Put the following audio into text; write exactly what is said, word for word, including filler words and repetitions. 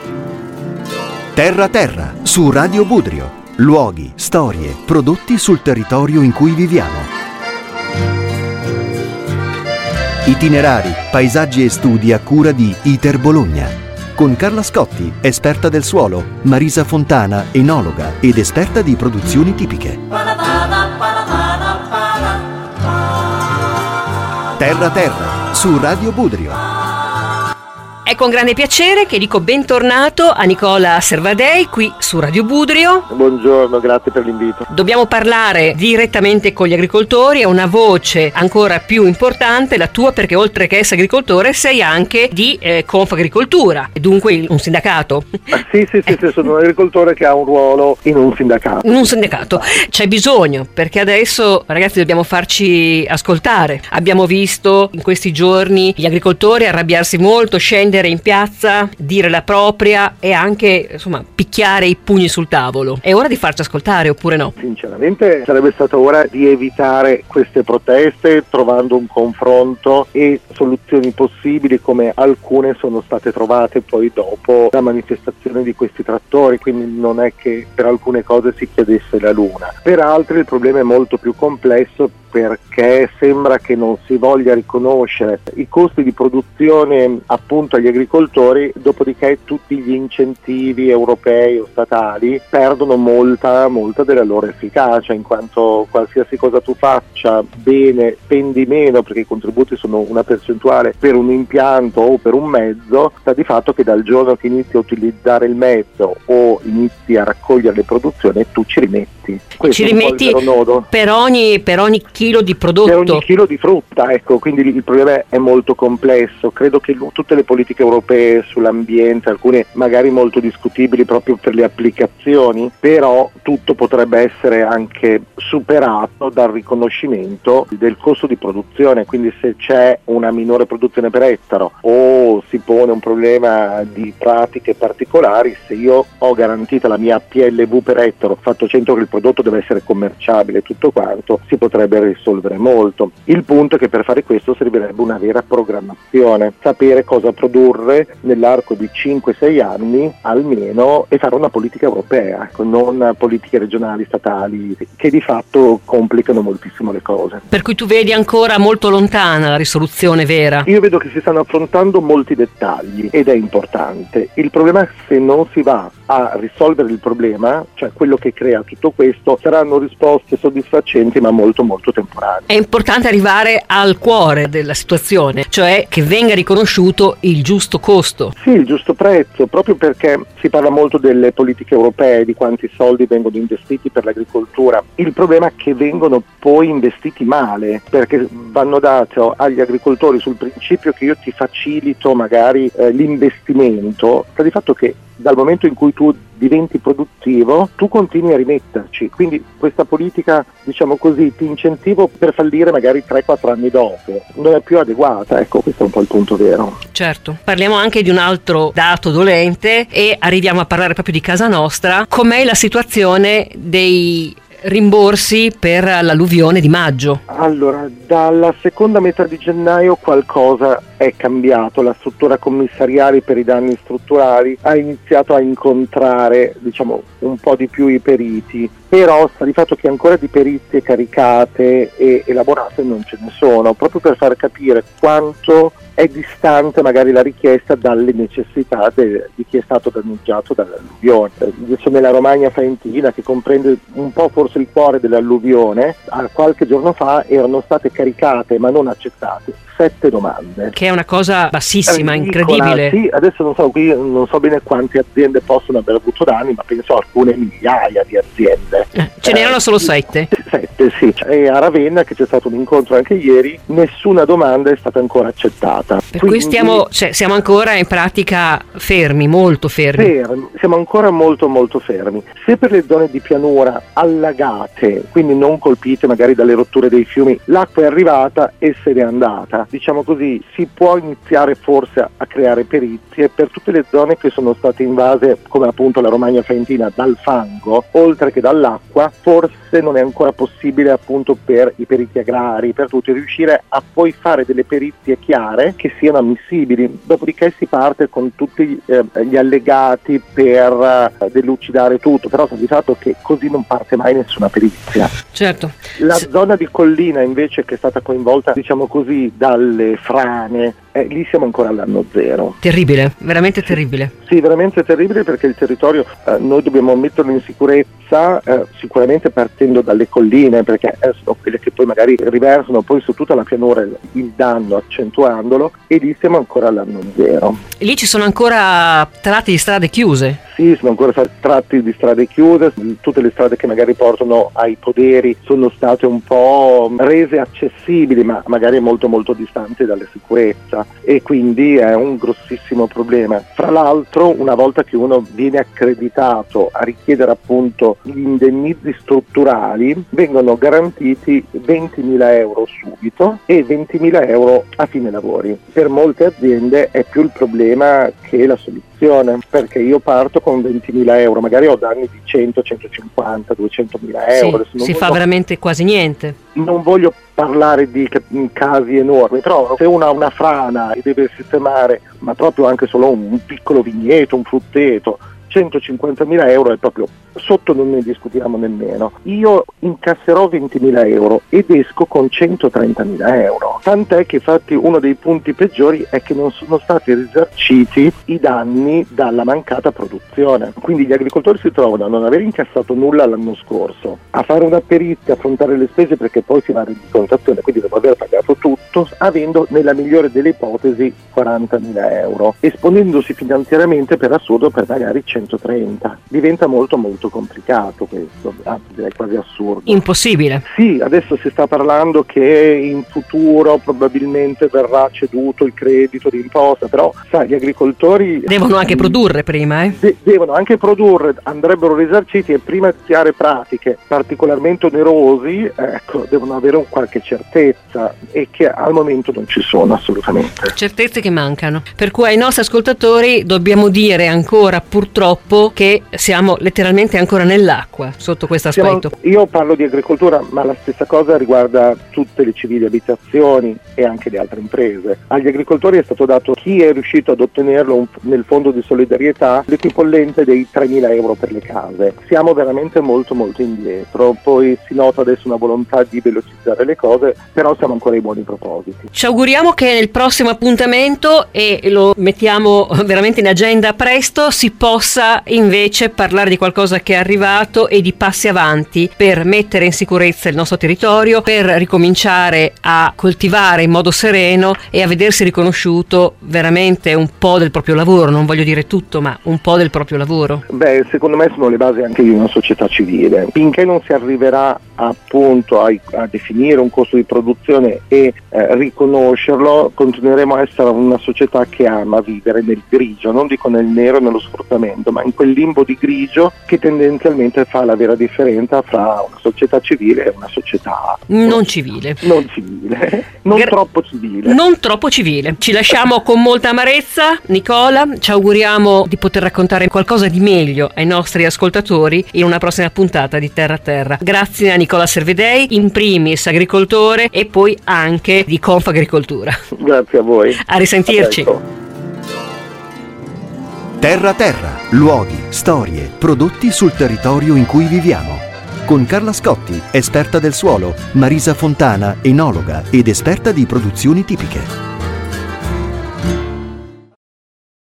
Terra Terra su Radio Budrio. Luoghi, storie, prodotti sul territorio in cui viviamo. Itinerari, paesaggi e studi a cura di Iter Bologna. Con Carla Scotti, esperta del suolo, Marisa Fontana, enologa ed esperta di produzioni tipiche. Terra Terra su Radio Budrio. È con grande piacere che dico bentornato a Nicola Servadei qui su Radio Budrio. Buongiorno, grazie per l'invito. Dobbiamo parlare direttamente con gli agricoltori, è una voce ancora più importante la tua, perché oltre che essere agricoltore sei anche di eh, Confagricoltura, e dunque un sindacato. Ah, sì, sì, sì, sì, sono un agricoltore che ha un ruolo in un sindacato. In un sindacato. C'è bisogno, perché adesso, ragazzi, dobbiamo farci ascoltare. Abbiamo visto in questi giorni gli agricoltori arrabbiarsi molto, scendere in piazza, dire la propria e anche, insomma, picchiare i pugni sul tavolo. È ora di farci ascoltare oppure no? Sinceramente sarebbe stata ora di evitare queste proteste trovando un confronto e soluzioni possibili, come alcune sono state trovate poi dopo la manifestazione di questi trattori, quindi non è che per alcune cose si chiedesse la luna. Per altri il problema è molto più complesso, perché sembra che non si voglia riconoscere i costi di produzione appunto agli agricoltori, dopodiché tutti gli incentivi europei o statali perdono molta, molta della loro efficacia, in quanto qualsiasi cosa tu faccia bene spendi meno, perché i contributi sono una percentuale per un impianto o per un mezzo. Sta di fatto che dal giorno che inizi a utilizzare il mezzo o inizi a raccogliere le produzioni, tu ci rimetti. Questo ci rimetti per ogni, per ogni chilo di prodotto, per ogni chilo di frutta, ecco, quindi il problema è molto complesso. Credo che tutte le politiche europee sull'ambiente, alcune magari molto discutibili proprio per le applicazioni, però tutto potrebbe essere anche superato dal riconoscimento del costo di produzione. Quindi se c'è una minore produzione per ettaro o si pone un problema di pratiche particolari, se io ho garantita la mia P L V per ettaro, fatto cento che il prodotto deve essere commerciabile, tutto quanto, si potrebbe risolvere molto. Il punto è che per fare questo servirebbe una vera programmazione, sapere cosa produrre nell'arco di cinque sei anni almeno e fare una politica europea, ecco, non politiche regionali, statali, che di fatto complicano moltissimo le cose. Per cui tu vedi ancora molto lontana la risoluzione vera? Io vedo che si stanno affrontando molti dettagli ed è importante. Il problema è se non si va a risolvere il problema, cioè quello che crea tutto questo, saranno risposte soddisfacenti ma molto molto temporanee. È importante arrivare al cuore della situazione, cioè che venga riconosciuto il giusto costo. Sì, il giusto prezzo, proprio perché si parla molto delle politiche europee, di quanti soldi vengono investiti per l'agricoltura. Il problema è che vengono poi investiti male, perché vanno dati agli agricoltori sul principio che io ti facilito magari eh, l'investimento, sta di fatto che dal momento in cui tu diventi produttivo, tu continui a rimetterci, quindi questa politica, diciamo così, ti incentivo per fallire magari tre quattro anni dopo, non è più adeguata. Ecco, questo è un po' il punto vero. Certo, parliamo anche di un altro dato dolente e arriviamo a parlare proprio di casa nostra. Com'è la situazione dei rimborsi per l'alluvione di maggio? Allora, dalla seconda metà di gennaio qualcosa è cambiato, la struttura commissariale per i danni strutturali ha iniziato a incontrare, diciamo, un po' di più i periti, però sta di fatto che ancora di perizie caricate e elaborate non ce ne sono, proprio per far capire quanto è distante magari la richiesta dalle necessità de, di chi è stato danneggiato dall'alluvione. Adesso nella Romagna Faentina, che comprende un po' forse il cuore dell'alluvione, a qualche giorno fa erano state caricate ma non accettate sette domande. Che è una cosa bassissima, ridicola, incredibile. Sì, adesso non so, qui non so bene quante aziende possono aver avuto danni, ma penso a alcune migliaia di aziende. Eh, ce n'erano solo sette? Sette, sì. E a Ravenna, che c'è stato un incontro anche ieri, nessuna domanda è stata ancora accettata. Per Quindi, cui stiamo, cioè, siamo ancora in pratica fermi, molto fermi. fermi. Siamo ancora molto molto fermi. Se per le zone di pianura allagate, quindi non colpite magari dalle rotture dei fiumi, l'acqua è arrivata e se n'è andata, diciamo così, si può iniziare forse a, a creare perizie. Per tutte le zone che sono state invase, come appunto la Romagna Faentina, dal fango, oltre che dall'acqua, forse non è ancora possibile appunto per i periti agrari, per tutti, riuscire a poi fare delle perizie chiare norme che siano ammissibili, dopodiché si parte con tutti eh, gli allegati per eh, delucidare tutto, però sta di fatto che così non parte mai nessuna perizia. Certo. La S- zona di collina invece, che è stata coinvolta, diciamo così, dalle frane, eh, lì siamo ancora all'anno zero. Terribile, veramente terribile. Sì, veramente terribile, perché il territorio eh, noi dobbiamo metterlo in sicurezza, eh, sicuramente partendo dalle colline, perché eh, sono quelle che poi magari riversano poi su tutta la pianura il, il danno, accentuandolo, e lì siamo ancora all'anno zero. E lì ci sono ancora tratti di strade chiuse. Sì, sono ancora stati tratti di strade chiuse, tutte le strade che magari portano ai poderi sono state un po' rese accessibili, ma magari molto molto distanti dalla sicurezza, e quindi è un grossissimo problema. Fra l'altro, una volta che uno viene accreditato a richiedere appunto gli indennizzi strutturali, vengono garantiti ventimila euro subito e ventimila euro a fine lavori. Per molte aziende è più il problema che la soluzione, perché io parto con ventimila euro, magari ho danni di cento, centocinquanta, duecentomila euro. Sì, si fa veramente quasi niente. Non voglio parlare di casi enormi, però se uno ha una frana e deve sistemare, ma proprio anche solo un piccolo vigneto, un frutteto, centocinquantamila euro è proprio sotto, non ne discutiamo nemmeno. Io incasserò ventimila euro ed esco con centotrentamila euro, tant'è che infatti uno dei punti peggiori è che non sono stati risarciti i danni dalla mancata produzione, quindi gli agricoltori si trovano a non aver incassato nulla l'anno scorso, a fare una perizia, affrontare le spese perché poi si va in rendicontazione, quindi dopo aver pagato tutto, avendo nella migliore delle ipotesi quarantamila euro, esponendosi finanziariamente per assurdo per magari centotrenta. Diventa molto molto complicato questo, anzi direi quasi assurdo. Impossibile. Sì, adesso si sta parlando che in futuro probabilmente verrà ceduto il credito d'imposta, però sai, gli agricoltori devono anche produrre prima, eh? De- devono anche produrre, andrebbero risarciti, e prima di iniziare pratiche particolarmente onerosi, ecco, devono avere un qualche certezza, e che al momento non ci sono assolutamente. Certezze che mancano. Per cui ai nostri ascoltatori dobbiamo dire ancora, purtroppo, che siamo letteralmente ancora nell'acqua sotto questo aspetto. Siamo, io parlo di agricoltura, ma la stessa cosa riguarda tutte le civili abitazioni e anche le altre imprese. Agli agricoltori è stato dato, chi è riuscito ad ottenerlo un, nel fondo di solidarietà, l'equipollente dei tremila euro per le case. Siamo veramente molto molto indietro, poi si nota adesso una volontà di velocizzare le cose, però siamo ancora ai buoni propositi. Ci auguriamo che nel prossimo appuntamento, e lo mettiamo veramente in agenda presto, si possa invece parlare di qualcosa che è arrivato e di passi avanti per mettere in sicurezza il nostro territorio, per ricominciare a coltivare in modo sereno e a vedersi riconosciuto veramente un po' del proprio lavoro, non voglio dire tutto, ma un po' del proprio lavoro. Beh, secondo me sono le basi anche di una società civile. Finché non si arriverà appunto a, a definire un costo di produzione e eh, riconoscerlo, continueremo a essere una società che ama vivere nel grigio, non dico nel nero, nello sfruttamento, ma in quel limbo di grigio che tendenzialmente fa la vera differenza fra una società civile e una società non civile. Non civile, non Gra- troppo civile. Non troppo civile. Ci lasciamo con molta amarezza, Nicola, ci auguriamo di poter raccontare qualcosa di meglio ai nostri ascoltatori in una prossima puntata di Terra a Terra. Grazie a Nicola Servedei, in primis agricoltore e poi anche di Confagricoltura. Grazie a voi. A risentirci. A Terra a Terra, luoghi, storie, prodotti sul territorio in cui viviamo. Con Carla Scotti, esperta del suolo, Marisa Fontana, enologa ed esperta di produzioni tipiche.